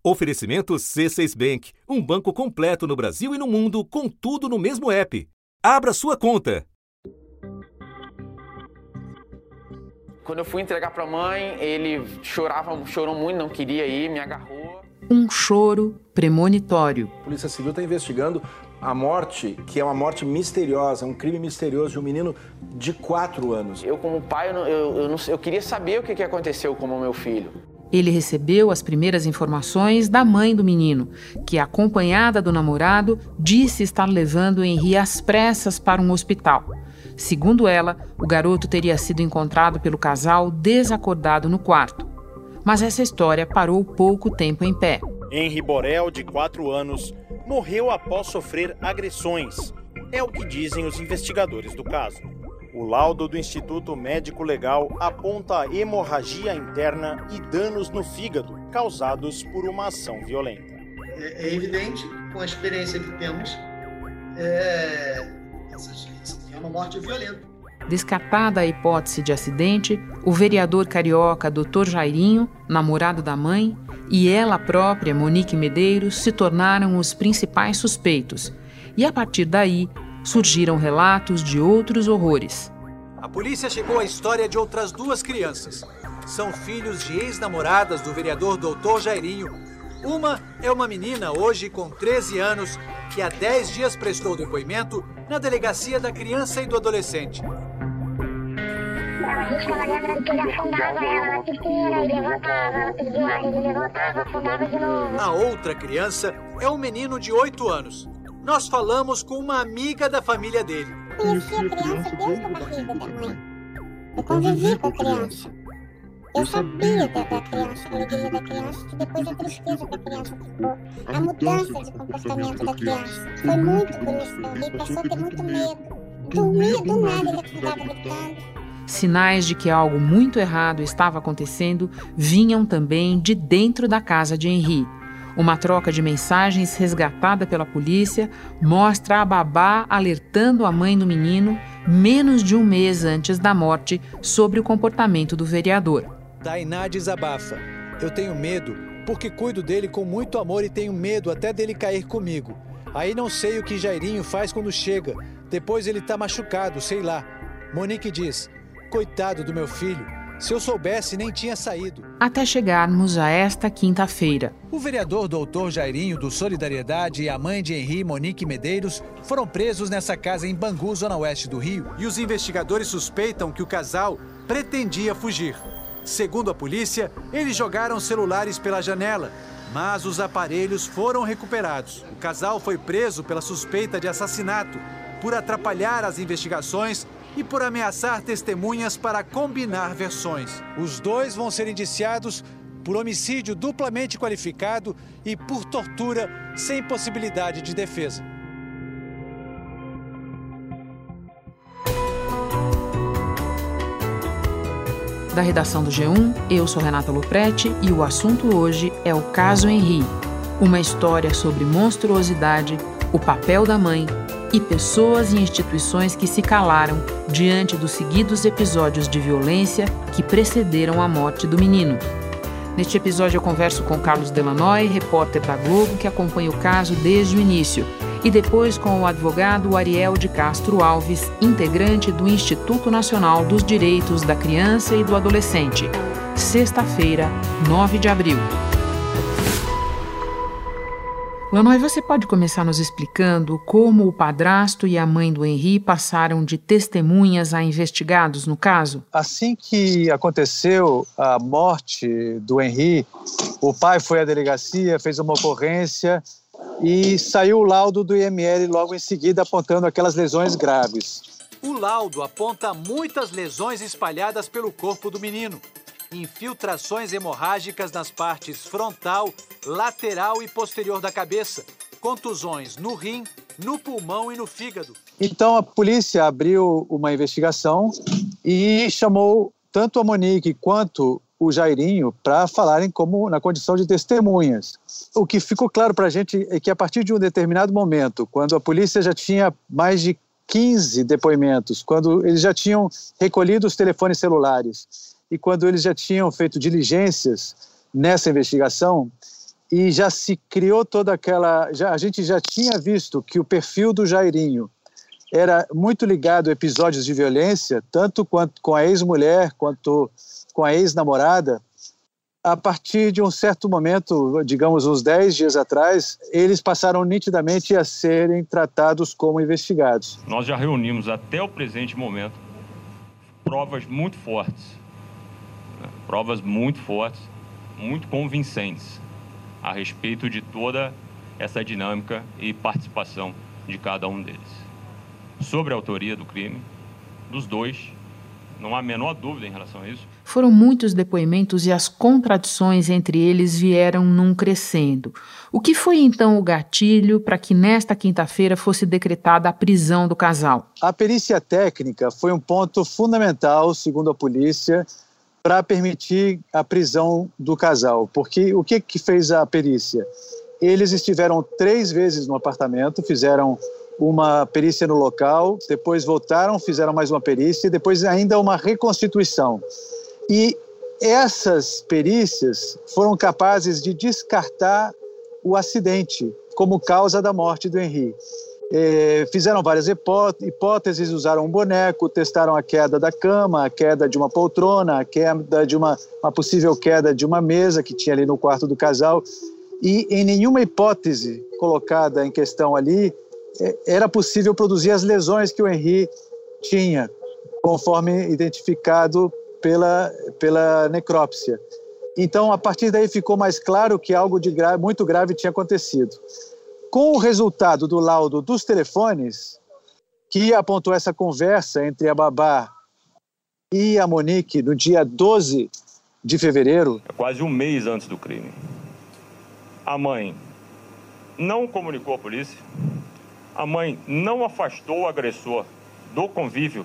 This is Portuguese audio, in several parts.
Oferecimento C6 Bank, um banco completo no Brasil e no mundo, com tudo no mesmo app. Abra sua conta. Quando eu fui entregar para a mãe, ele chorou muito, não queria ir, me agarrou. Um choro premonitório. A Polícia Civil está investigando a morte, que é uma morte misteriosa, um crime misterioso de um menino de 4 anos. Eu, como pai, eu queria saber o que aconteceu com o meu filho. Ele recebeu as primeiras informações da mãe do menino, que, acompanhada do namorado, disse estar levando Henri às pressas para um hospital. Segundo ela, o garoto teria sido encontrado pelo casal desacordado no quarto. Mas essa história parou pouco tempo em pé. Henri Borel, de 4 anos, morreu após sofrer agressões. É o que dizem os investigadores do caso. O laudo do Instituto Médico Legal aponta hemorragia interna e danos no fígado causados por uma ação violenta. É evidente, com a experiência que temos, é uma morte violenta. Descartada a hipótese de acidente, o vereador carioca Dr. Jairinho, namorado da mãe, e ela própria, Monique Medeiros, se tornaram os principais suspeitos. E a partir daí, surgiram relatos de outros horrores. A polícia chegou à história de outras 2 crianças. São filhos de ex-namoradas do vereador Dr. Jairinho. Uma é uma menina hoje com 13 anos que há 10 dias prestou depoimento na Delegacia da Criança e do Adolescente. A gente estava lembrando que ele afundava ela na piscina e levantava, ela pediu ar, ele levantava, afundava de novo. A outra criança é um menino de 8 anos. Nós falamos com uma amiga da família dele. Eu conheci a criança desde a barriga da mãe. Eu convivi com a criança. Eu sabia da criança, a alegria da criança, e depois a tristeza que a criança ficou. A mudança de comportamento da criança. Foi muito bonito. Ele passou a ter muito medo. Dormia, do nada ele acordava gritando. Sinais de que algo muito errado estava acontecendo vinham também de dentro da casa de Henri. Uma troca de mensagens resgatada pela polícia mostra a babá alertando a mãe do menino menos de um mês antes da morte sobre o comportamento do vereador. Tainá desabafa. Eu tenho medo porque cuido dele com muito amor e tenho medo até dele cair comigo. Aí não sei o que Jairinho faz quando chega. Depois ele tá machucado, sei lá. Monique diz, coitado do meu filho. Se eu soubesse, nem tinha saído. Até chegarmos a esta quinta-feira. O vereador Dr. Jairinho, do Solidariedade, e a mãe de Henri, Monique Medeiros, foram presos nessa casa em Bangu, zona oeste do Rio. E os investigadores suspeitam que o casal pretendia fugir. Segundo a polícia, eles jogaram celulares pela janela, mas os aparelhos foram recuperados. O casal foi preso pela suspeita de assassinato, por atrapalhar as investigações e por ameaçar testemunhas para combinar versões. Os 2 vão ser indiciados por homicídio duplamente qualificado e por tortura sem possibilidade de defesa. Da redação do G1, eu sou Renata Luprete e o assunto hoje é o caso Henri. Uma história sobre monstruosidade, o papel da mãe e pessoas e instituições que se calaram diante dos seguidos episódios de violência que precederam a morte do menino. Neste episódio eu converso com Carlos Delanoy, repórter da Globo, que acompanha o caso desde o início, e depois com o advogado Ariel de Castro Alves, integrante do Instituto Nacional dos Direitos da Criança e do Adolescente. Sexta-feira, 9 de abril. Lanoy, você pode começar nos explicando como o padrasto e a mãe do Henri passaram de testemunhas a investigados no caso? Assim que aconteceu a morte do Henri, o pai foi à delegacia, fez uma ocorrência e saiu o laudo do IML logo em seguida apontando aquelas lesões graves. O laudo aponta muitas lesões espalhadas pelo corpo do menino. Infiltrações hemorrágicas nas partes frontal, lateral e posterior da cabeça, contusões no rim, no pulmão e no fígado. Então a polícia abriu uma investigação e chamou tanto a Monique quanto o Jairinho para falarem como na condição de testemunhas. O que ficou claro para a gente é que a partir de um determinado momento, quando a polícia já tinha mais de 15 depoimentos, quando eles já tinham recolhido os telefones celulares, e quando eles já tinham feito diligências nessa investigação, e já se criou toda aquela... a gente já tinha visto que o perfil do Jairinho era muito ligado a episódios de violência, tanto quanto com a ex-mulher quanto com a ex-namorada. A partir de um certo momento, digamos uns 10 dias atrás, eles passaram nitidamente a serem tratados como investigados. Nós já reunimos até o presente momento provas muito fortes, muito convincentes a respeito de toda essa dinâmica e participação de cada um deles. Sobre a autoria do crime, dos dois, não há a menor dúvida em relação a isso. Foram muitos depoimentos e as contradições entre eles vieram num crescendo. O que foi então o gatilho para que nesta quinta-feira fosse decretada a prisão do casal? A perícia técnica foi um ponto fundamental, segundo a polícia, para permitir a prisão do casal. Porque o que fez a perícia? Eles estiveram 3 vezes no apartamento, fizeram uma perícia no local, depois voltaram, fizeram mais uma perícia e depois ainda uma reconstituição. E essas perícias foram capazes de descartar o acidente como causa da morte do Henri. Fizeram várias hipóteses, usaram um boneco, testaram a queda da cama, a queda de uma poltrona, a queda de uma possível queda de uma mesa que tinha ali no quarto do casal. E em nenhuma hipótese colocada em questão ali era possível produzir as lesões que o Henri tinha, conforme identificado pela necrópsia. Então, a partir daí ficou mais claro que algo muito grave tinha acontecido. Com o resultado do laudo dos telefones, que apontou essa conversa entre a babá e a Monique no dia 12 de fevereiro... Quase um mês antes do crime. A mãe não comunicou à polícia, a mãe não afastou o agressor do convívio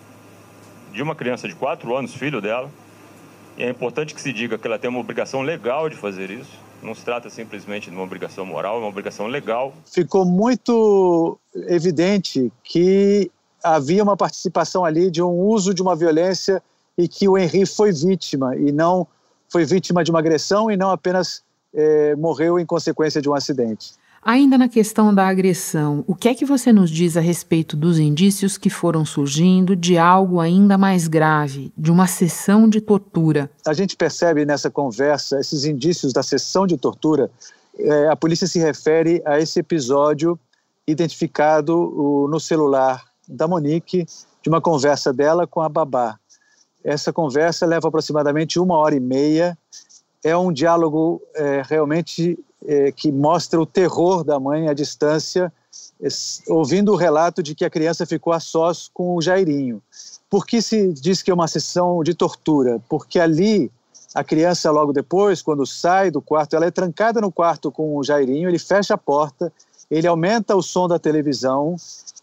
de uma criança de 4 anos, filho dela. E é importante que se diga que ela tem uma obrigação legal de fazer isso. Não se trata simplesmente de uma obrigação moral, é uma obrigação legal. Ficou muito evidente que havia uma participação ali de um uso de uma violência e que o Henri foi vítima, e não foi vítima de uma agressão e não apenas morreu em consequência de um acidente. Ainda na questão da agressão, o que é que você nos diz a respeito dos indícios que foram surgindo de algo ainda mais grave, de uma sessão de tortura? A gente percebe nessa conversa esses indícios da sessão de tortura. A polícia se refere a esse episódio identificado no celular da Monique, de uma conversa dela com a babá. Essa conversa leva aproximadamente 1h30. É um diálogo realmente que mostra o terror da mãe à distância, ouvindo o relato de que a criança ficou a sós com o Jairinho. Por que se diz que é uma sessão de tortura? Porque ali, a criança logo depois, quando sai do quarto, ela é trancada no quarto com o Jairinho, ele fecha a porta, ele aumenta o som da televisão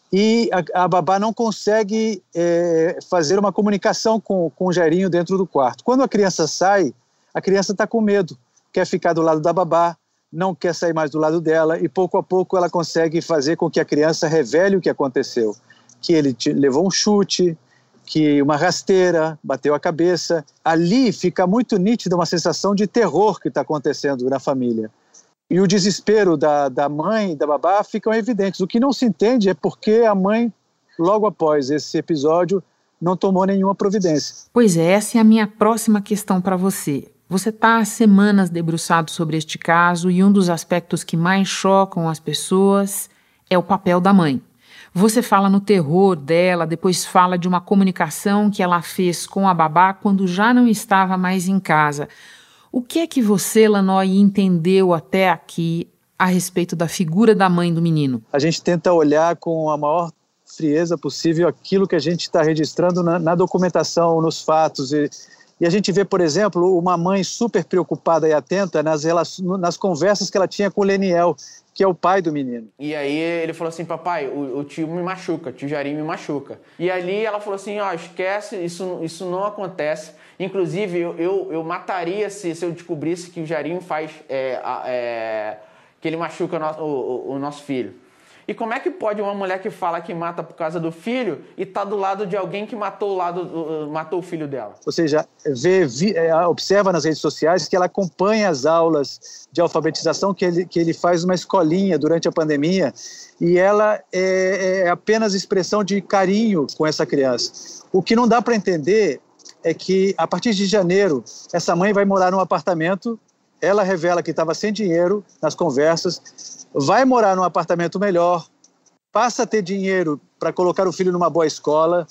e a babá não consegue fazer uma comunicação com o Jairinho dentro do quarto. Quando a criança sai, a criança está com medo, quer ficar do lado da babá, não quer sair mais do lado dela, e pouco a pouco ela consegue fazer com que a criança revele o que aconteceu, que ele levou um chute, que uma rasteira, bateu a cabeça. Ali fica muito nítida uma sensação de terror que está acontecendo na família. E o desespero da mãe e da babá ficam evidentes. O que não se entende é porque a mãe, logo após esse episódio, não tomou nenhuma providência. Pois é, essa é a minha próxima questão para você. Você está há semanas debruçado sobre este caso e um dos aspectos que mais chocam as pessoas é o papel da mãe. Você fala no terror dela, depois fala de uma comunicação que ela fez com a babá quando já não estava mais em casa. O que é que você, Lanoy, entendeu até aqui a respeito da figura da mãe do menino? A gente tenta olhar com a maior frieza possível aquilo que a gente está registrando na documentação, nos fatos. E a gente vê, por exemplo, uma mãe super preocupada e atenta nas conversas que ela tinha com o Leniel, que é o pai do menino. E aí ele falou assim, papai, o tio me machuca, o tio Jairinho me machuca. E ali ela falou assim, esquece, isso não acontece. Inclusive, eu mataria se eu descobrisse que o Jairinho faz, que ele machuca o nosso filho. E como é que pode uma mulher que fala que mata por causa do filho e tá do lado de alguém que matou o filho dela? Ou seja, observa nas redes sociais que ela acompanha as aulas de alfabetização que ele faz uma escolinha durante a pandemia e ela é apenas expressão de carinho com essa criança. O que não dá para entender é que, a partir de janeiro, essa mãe vai morar num apartamento, ela revela que estava sem dinheiro nas conversas, vai morar num apartamento melhor, passa a ter dinheiro para colocar o filho numa boa escola,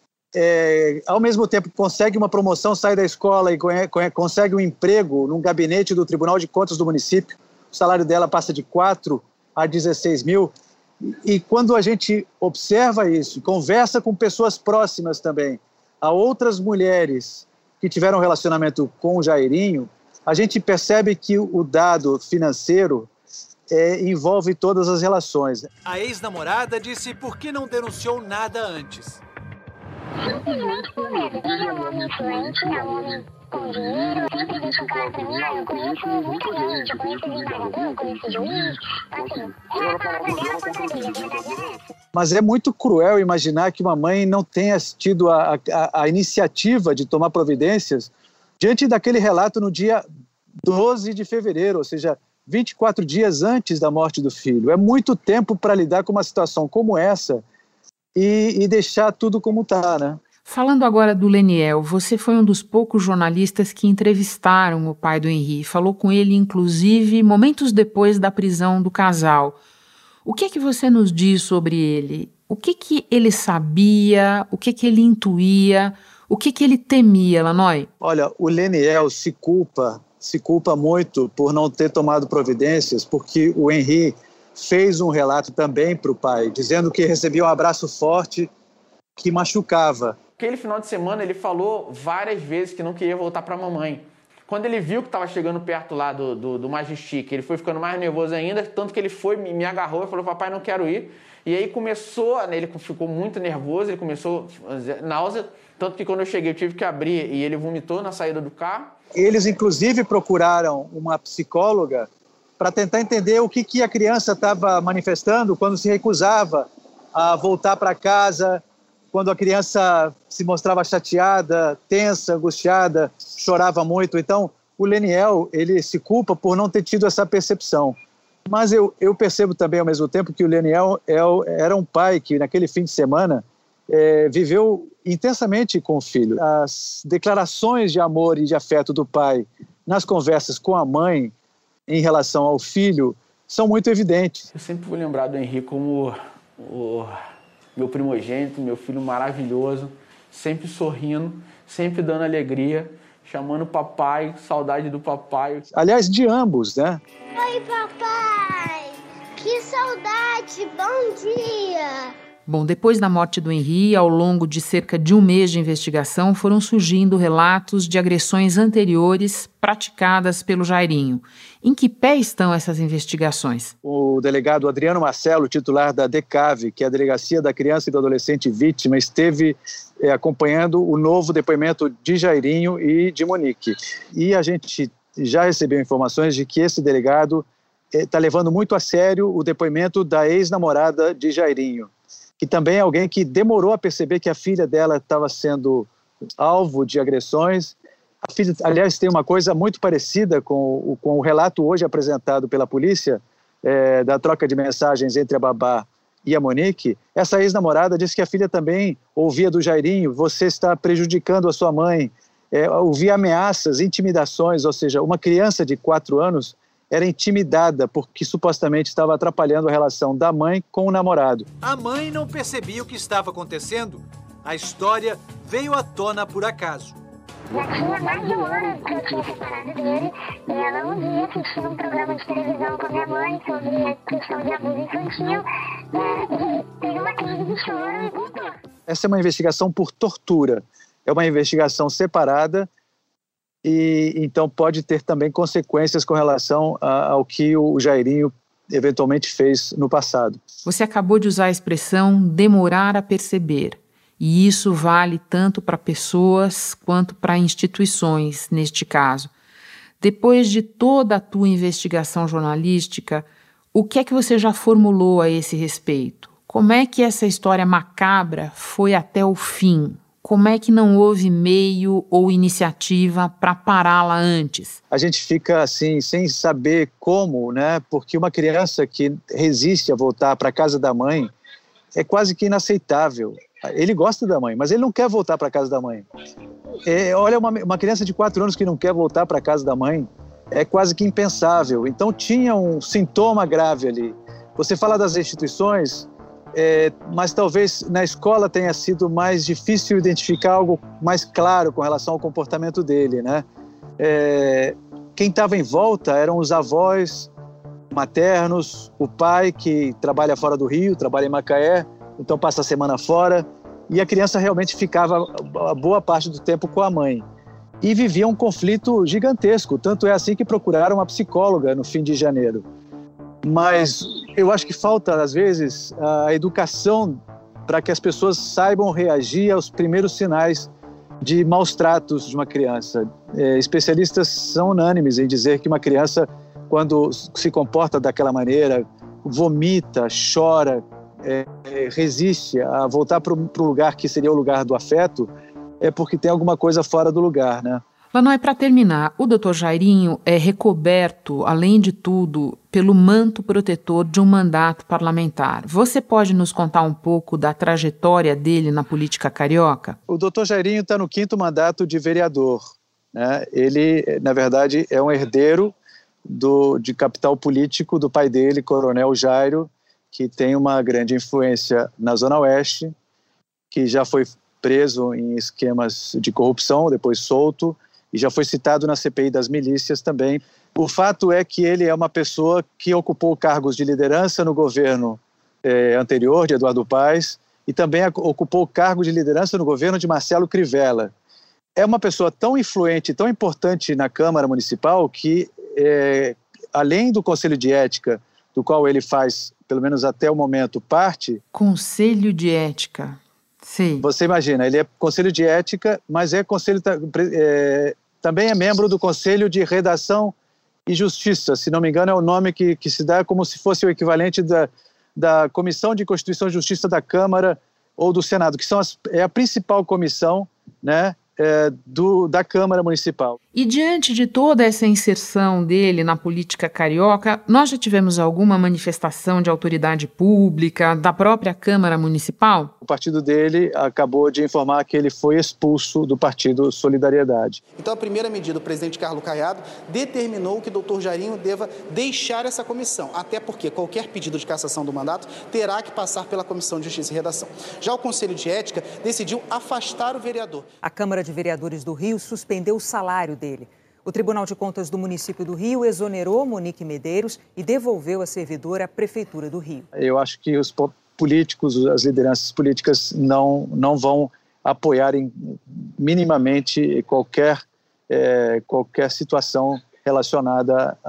ao mesmo tempo consegue uma promoção, sai da escola e consegue um emprego num gabinete do Tribunal de Contas do município, o salário dela passa de 4 a 16 mil, e quando a gente observa isso, conversa com pessoas próximas também, a outras mulheres que tiveram relacionamento com o Jairinho, a gente percebe que o dado financeiro envolve todas as relações. A ex-namorada disse por que não denunciou nada antes. Simplesmente por medo. Ele é um homem influente, é um homem com dinheiro. Ele sempre deixa claro pra mim, eu conheço muita gente, eu conheço desembargador, eu conheço juiz. Assim, é a palavra dela contra dele, a verdade é essa. Mas é muito cruel imaginar que uma mãe não tenha tido a iniciativa de tomar providências diante daquele relato no dia 12 de fevereiro, ou seja, 24 dias antes da morte do filho. É muito tempo para lidar com uma situação como essa e deixar tudo como está, né? Falando agora do Leniel, você foi um dos poucos jornalistas que entrevistaram o pai do Henri, falou com ele, inclusive, momentos depois da prisão do casal. O que é que você nos diz sobre ele? O que ele sabia? O que ele intuía? O que ele temia, Lanoy? Olha, o Leniel se culpa muito por não ter tomado providências, porque o Henri fez um relato também para o pai, dizendo que recebia um abraço forte que machucava. Aquele final de semana ele falou várias vezes que não queria voltar para a mamãe. Quando ele viu que estava chegando perto lá do Majestic, ele foi ficando mais nervoso ainda, tanto que ele foi, me agarrou e falou, papai, não quero ir. E aí ele ficou muito nervoso, ele começou náusea, tanto que quando eu cheguei eu tive que abrir e ele vomitou na saída do carro. Eles, inclusive, procuraram uma psicóloga para tentar entender o que a criança estava manifestando quando se recusava a voltar para casa, quando a criança se mostrava chateada, tensa, angustiada, chorava muito. Então, o Leniel, ele se culpa por não ter tido essa percepção. Mas eu percebo também, ao mesmo tempo, que o Leniel era um pai que, naquele fim de semana, viveu intensamente com o filho. As declarações de amor e de afeto do pai nas conversas com a mãe em relação ao filho são muito evidentes. Eu sempre vou lembrar do Henri como o meu primogênito, meu filho maravilhoso, sempre sorrindo, sempre dando alegria, chamando o papai, saudade do papai. Aliás, de ambos, né? Oi, papai! Que saudade! Bom dia! Bom, depois da morte do Henri, ao longo de cerca de um mês de investigação, foram surgindo relatos de agressões anteriores praticadas pelo Jairinho. Em que pé estão essas investigações? O delegado Adriano Marcelo, titular da DECAV, que é a Delegacia da Criança e do Adolescente Vítima, esteve acompanhando o novo depoimento de Jairinho e de Monique. E a gente já recebeu informações de que esse delegado está levando muito a sério o depoimento da ex-namorada de Jairinho, que também é alguém que demorou a perceber que a filha dela estava sendo alvo de agressões. A filha, aliás, tem uma coisa muito parecida com o relato hoje apresentado pela polícia, da troca de mensagens entre a babá e a Monique. Essa ex-namorada disse que a filha também ouvia do Jairinho, você está prejudicando a sua mãe, ouvia ameaças, intimidações, ou seja, uma criança de 4 anos era intimidada porque supostamente estava atrapalhando a relação da mãe com o namorado. A mãe não percebia o que estava acontecendo. A história veio à tona por acaso. Já tinha mais de um ano que eu tinha separado dele e ela um dia assistiu um programa de televisão com a minha mãe sobre a questão de abuso infantil e teve uma crise de choro e contou. Essa é uma investigação por tortura. É uma investigação separada e então pode ter também consequências com relação ao que o Jairinho eventualmente fez no passado. Você acabou de usar a expressão demorar a perceber, e isso vale tanto para pessoas quanto para instituições, neste caso. Depois de toda a tua investigação jornalística, o que é que você já formulou a esse respeito? Como é que essa história macabra foi até o fim? Como é que não houve meio ou iniciativa para pará-la antes? A gente fica assim, sem saber como, né? Porque uma criança que resiste a voltar para a casa da mãe é quase que inaceitável. Ele gosta da mãe, mas ele não quer voltar para a casa da mãe. Olha, uma criança de 4 anos que não quer voltar para a casa da mãe é quase que impensável. Então tinha um sintoma grave ali. Você fala das instituições, mas talvez na escola tenha sido mais difícil identificar algo mais claro com relação ao comportamento dele, né? Quem estava em volta eram os avós maternos, o pai que trabalha fora do Rio, trabalha em Macaé, então passa a semana fora, e a criança realmente ficava a boa parte do tempo com a mãe. E vivia um conflito gigantesco, tanto é assim que procuraram uma psicóloga no fim de janeiro. Mas eu acho que falta, às vezes, a educação para que as pessoas saibam reagir aos primeiros sinais de maus tratos de uma criança. Especialistas são unânimes em dizer que uma criança, quando se comporta daquela maneira, vomita, chora, resiste a voltar para o lugar que seria o lugar do afeto, é porque tem alguma coisa fora do lugar, né? Lanoy, para terminar, o Dr. Jairinho é recoberto, além de tudo, pelo manto protetor de um mandato parlamentar. Você pode nos contar um pouco da trajetória dele na política carioca? O Dr. Jairinho está no 5º mandato de vereador, né? Ele, na verdade, é um herdeiro de capital político do pai dele, Coronel Jairo, que tem uma grande influência na Zona Oeste, que já foi preso em esquemas de corrupção, depois solto, e já foi citado na CPI das milícias também. O fato é que ele é uma pessoa que ocupou cargos de liderança no governo anterior, de Eduardo Paes, e também ocupou cargo de liderança no governo de Marcelo Crivella. É uma pessoa tão influente, tão importante na Câmara Municipal que, além do Conselho de Ética, do qual ele faz, pelo menos até o momento, parte... Conselho de Ética... Sim. Você imagina, ele é Conselho de Ética, mas também é membro do Conselho de Redação e Justiça, se não me engano é o nome que se dá como se fosse o equivalente da Comissão de Constituição e Justiça da Câmara ou do Senado, que é a principal comissão, né, da Câmara Municipal. E diante de toda essa inserção dele na política carioca, nós já tivemos alguma manifestação de autoridade pública, da própria Câmara Municipal? O partido dele acabou de informar que ele foi expulso do partido Solidariedade. Então, a primeira medida, o presidente Carlos Caiado determinou que o Dr. Jairinho deva deixar essa comissão, até porque qualquer pedido de cassação do mandato terá que passar pela Comissão de Justiça e Redação. Já o Conselho de Ética decidiu afastar o vereador. A Câmara de Vereadores do Rio suspendeu o salário dele. O Tribunal de Contas do município do Rio exonerou Monique Medeiros e devolveu a servidora à Prefeitura do Rio. Eu acho que os políticos, as lideranças políticas não vão apoiar minimamente qualquer situação relacionada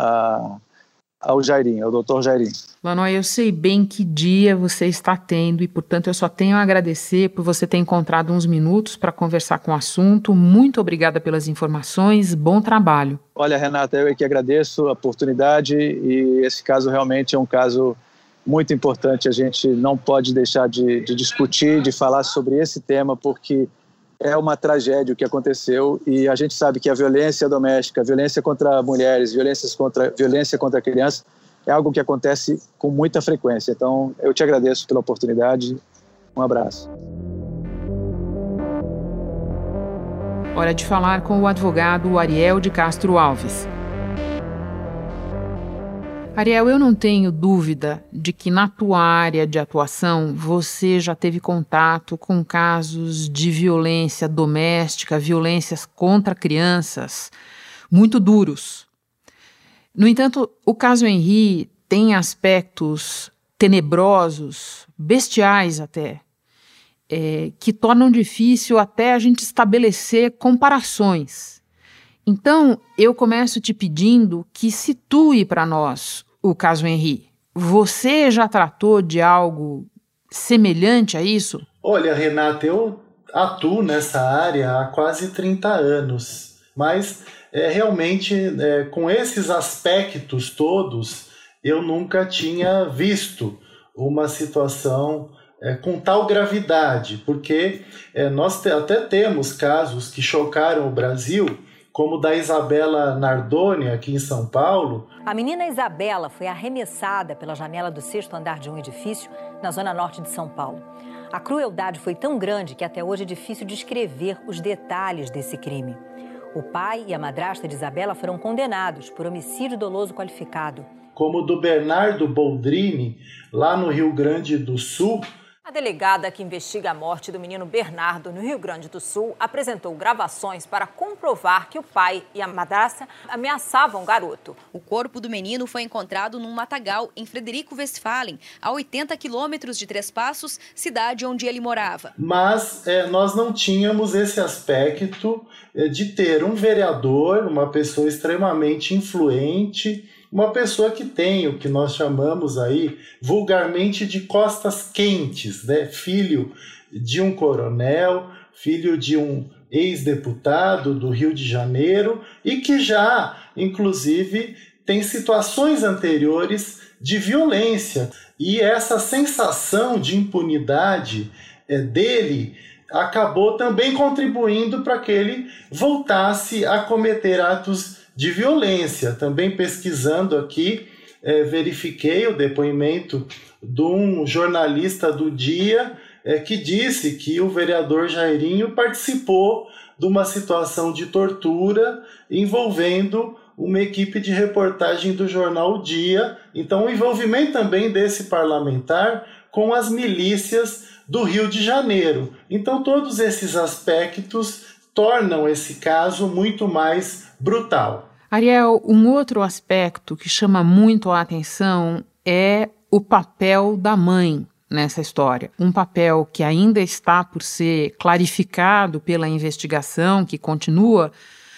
ao Jairinho, ao Dr. Jairinho. Lanoy, eu sei bem que dia você está tendo e, portanto, eu só tenho a agradecer por você ter encontrado uns minutos para conversar com o assunto. Muito obrigada pelas informações, bom trabalho. Olha, Renata, eu é que agradeço a oportunidade e esse caso realmente é um caso muito importante. A gente não pode deixar de discutir, de falar sobre esse tema, porque é uma tragédia o que aconteceu e a gente sabe que a violência doméstica, a violência contra mulheres, violência contra crianças é algo que acontece com muita frequência. Então, eu te agradeço pela oportunidade. Um abraço. Hora de falar com o advogado Ariel de Castro Alves. Ariel, eu não tenho dúvida de que na tua área de atuação você já teve contato com casos de violência doméstica, violências contra crianças, muito duros. No entanto, o caso Henri tem aspectos tenebrosos, bestiais até, que tornam difícil até a gente estabelecer comparações. Então, eu começo te pedindo que situe para nós o caso Henri. Você já tratou de algo semelhante a isso? Olha, Renata, eu atuo nessa área há quase 30 anos, mas realmente com esses aspectos todos eu nunca tinha visto uma situação com tal gravidade, porque nós até temos casos que chocaram o Brasil, como o da Isabela Nardoni, aqui em São Paulo. A menina Isabela foi arremessada pela janela do 6º andar de um edifício na zona norte de São Paulo. A crueldade foi tão grande que até hoje é difícil descrever os detalhes desse crime. O pai e a madrasta de Isabela foram condenados por homicídio doloso qualificado. Como o do Bernardo Boldrini, lá no Rio Grande do Sul. A delegada que investiga a morte do menino Bernardo no Rio Grande do Sul apresentou gravações para comprovar que o pai e a madrasta ameaçavam o garoto. O corpo do menino foi encontrado num matagal em Frederico Westphalen, a 80 quilômetros de Três Passos, cidade onde ele morava. Mas nós não tínhamos esse aspecto de ter um vereador, uma pessoa extremamente influente, uma pessoa que tem o que nós chamamos aí vulgarmente de costas quentes, né? Filho de um coronel, filho de um ex-deputado do Rio de Janeiro e que já, inclusive, tem situações anteriores de violência. E essa sensação de impunidade dele acabou também contribuindo para que ele voltasse a cometer atos de violência. Também pesquisando aqui, verifiquei o depoimento de um jornalista do Dia que disse que o vereador Jairinho participou de uma situação de tortura envolvendo uma equipe de reportagem do jornal O Dia. Então, o envolvimento também desse parlamentar com as milícias do Rio de Janeiro. Então, todos esses aspectos tornam esse caso muito mais brutal. Ariel, um outro aspecto que chama muito a atenção é o papel da mãe nessa história. Um papel que ainda está por ser clarificado pela investigação, que continua,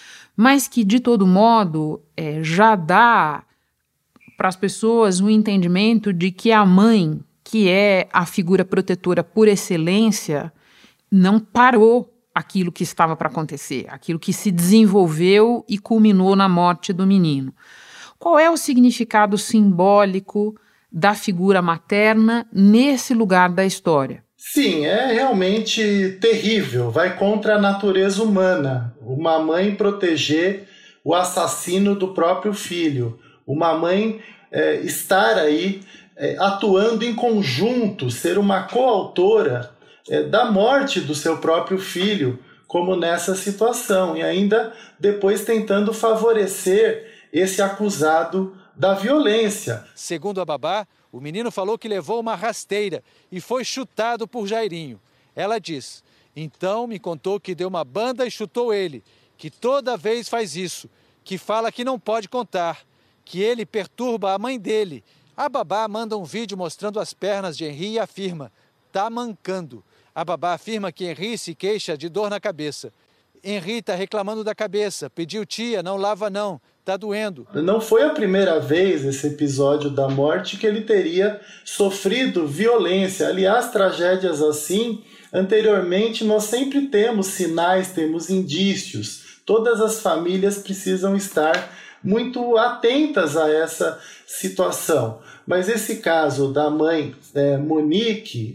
mas que, de todo modo, já dá para as pessoas um entendimento de que a mãe, que é a figura protetora por excelência, não parou aquilo que estava para acontecer, aquilo que se desenvolveu e culminou na morte do menino. Qual é o significado simbólico da figura materna nesse lugar da história? Sim, é realmente terrível, vai contra a natureza humana. Uma mãe proteger o assassino do próprio filho, uma mãe estar aí atuando em conjunto, ser uma coautora da morte do seu próprio filho, como nessa situação, e ainda depois tentando favorecer esse acusado da violência. Segundo a babá, o menino falou que levou uma rasteira e foi chutado por Jairinho. Ela diz: então me contou que deu uma banda e chutou ele, que toda vez faz isso, que fala que não pode contar, que ele perturba a mãe dele. A babá manda um vídeo mostrando as pernas de Henri e afirma: tá mancando. A babá afirma que Henri se queixa de dor na cabeça. Henri está reclamando da cabeça, pediu tia, não lava não, tá doendo. Não foi a primeira vez esse episódio da morte que ele teria sofrido violência. Aliás, tragédias assim, anteriormente nós sempre temos sinais, temos indícios. Todas as famílias precisam estar muito atentas a essa situação. Mas esse caso da mãe Monique,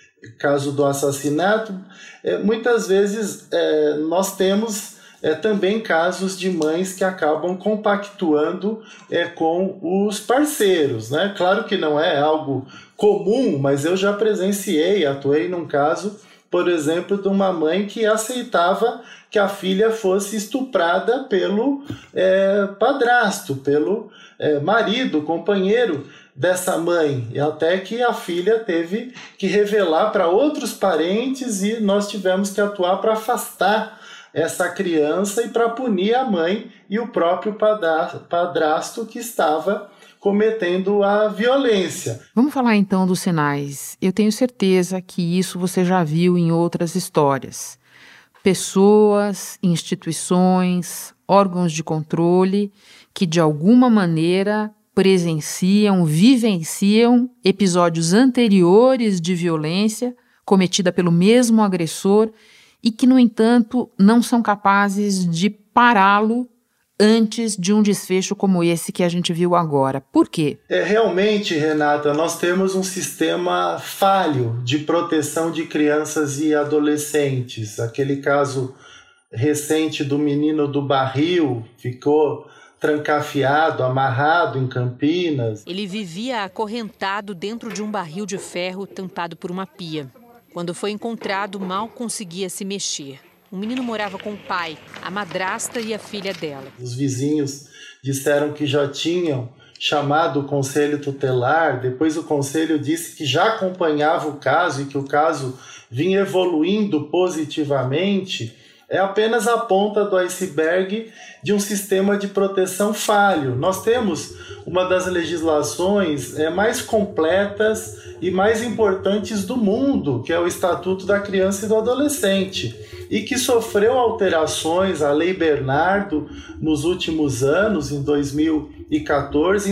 caso do assassinato, muitas vezes nós temos também casos de mães que acabam compactuando com os parceiros, né? Claro que não é algo comum, mas eu já presenciei, atuei num caso, por exemplo, de uma mãe que aceitava que a filha fosse estuprada pelo padrasto, pelo marido, companheiro dessa mãe, e até que a filha teve que revelar para outros parentes e nós tivemos que atuar para afastar essa criança e para punir a mãe e o próprio padrasto que estava cometendo a violência. Vamos falar então dos sinais. Eu tenho certeza que isso você já viu em outras histórias. Pessoas, instituições, órgãos de controle que de alguma maneira presenciam, vivenciam episódios anteriores de violência cometida pelo mesmo agressor e que, no entanto, não são capazes de pará-lo antes de um desfecho como esse que a gente viu agora. Por quê? Realmente, Renata, nós temos um sistema falho de proteção de crianças e adolescentes. Aquele caso recente do menino do barril ficou trancafiado, amarrado em Campinas. Ele vivia acorrentado dentro de um barril de ferro tampado por uma pia. Quando foi encontrado, mal conseguia se mexer. O menino morava com o pai, a madrasta e a filha dela. Os vizinhos disseram que já tinham chamado o conselho tutelar, depois o conselho disse que já acompanhava o caso e que o caso vinha evoluindo positivamente. É apenas a ponta do iceberg de um sistema de proteção falho. Nós temos uma das legislações mais completas e mais importantes do mundo, que é o Estatuto da Criança e do Adolescente, e que sofreu alterações, a Lei Bernardo, nos últimos anos, em 2014. Em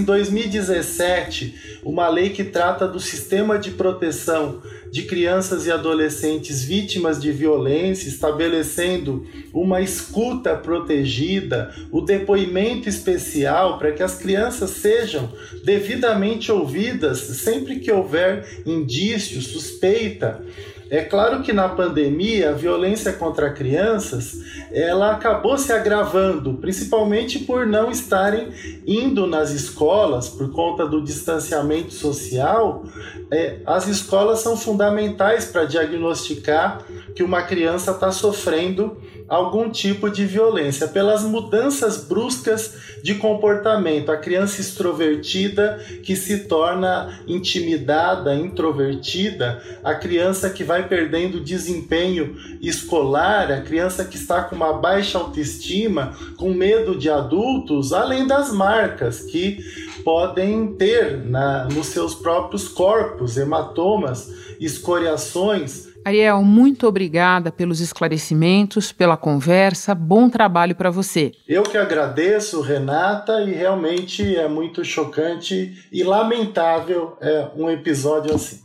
2017, uma lei que trata do sistema de proteção de crianças e adolescentes vítimas de violência, estabelecendo uma escuta protegida, o depoimento especial para que as crianças sejam devidamente ouvidas sempre que houver indício, suspeita. É claro que na pandemia a violência contra crianças ela acabou se agravando, principalmente por não estarem indo nas escolas por conta do distanciamento social. As escolas são fundamentais para diagnosticar que uma criança está sofrendo algum tipo de violência, pelas mudanças bruscas de comportamento. A criança extrovertida que se torna intimidada, introvertida, a criança que vai perdendo desempenho escolar, a criança que está com uma baixa autoestima, com medo de adultos, além das marcas que podem ter nos seus próprios corpos, hematomas, escoriações. Ariel, muito obrigada pelos esclarecimentos, pela conversa. Bom trabalho para você. Eu que agradeço, Renata, e realmente é muito chocante e lamentável um episódio assim.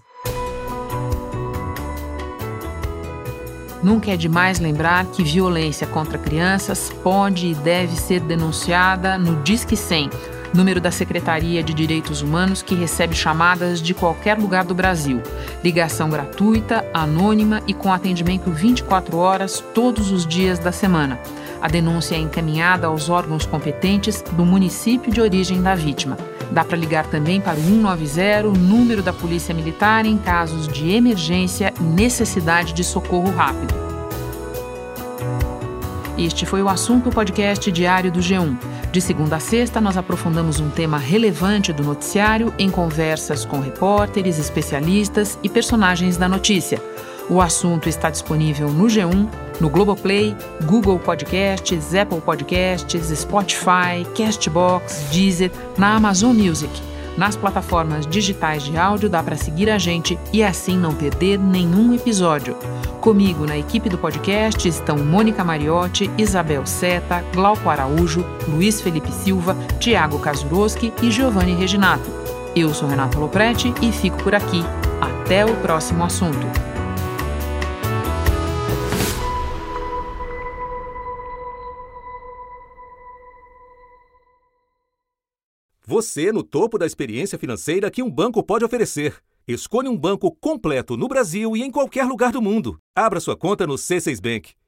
Nunca é demais lembrar que violência contra crianças pode e deve ser denunciada no Disque 100, número da Secretaria de Direitos Humanos que recebe chamadas de qualquer lugar do Brasil. Ligação gratuita, anônima e com atendimento 24 horas todos os dias da semana. A denúncia é encaminhada aos órgãos competentes do município de origem da vítima. Dá para ligar também para o 190, número da Polícia Militar, em casos de emergência e necessidade de socorro rápido. Este foi o Assunto Podcast Diário do G1. De segunda a sexta, nós aprofundamos um tema relevante do noticiário em conversas com repórteres, especialistas e personagens da notícia. O assunto está disponível no G1, no Globoplay, Google Podcasts, Apple Podcasts, Spotify, Castbox, Deezer, na Amazon Music. Nas plataformas digitais de áudio dá para seguir a gente e assim não perder nenhum episódio. Comigo na equipe do podcast estão Mônica Mariotti, Isabel Seta, Glauco Araújo, Luiz Felipe Silva, Tiago Kazuroski e Giovanni Reginato. Eu sou Renata Lopretti e fico por aqui. Até o próximo assunto. Você no topo da experiência financeira que um banco pode oferecer. Escolha um banco completo no Brasil e em qualquer lugar do mundo. Abra sua conta no C6 Bank.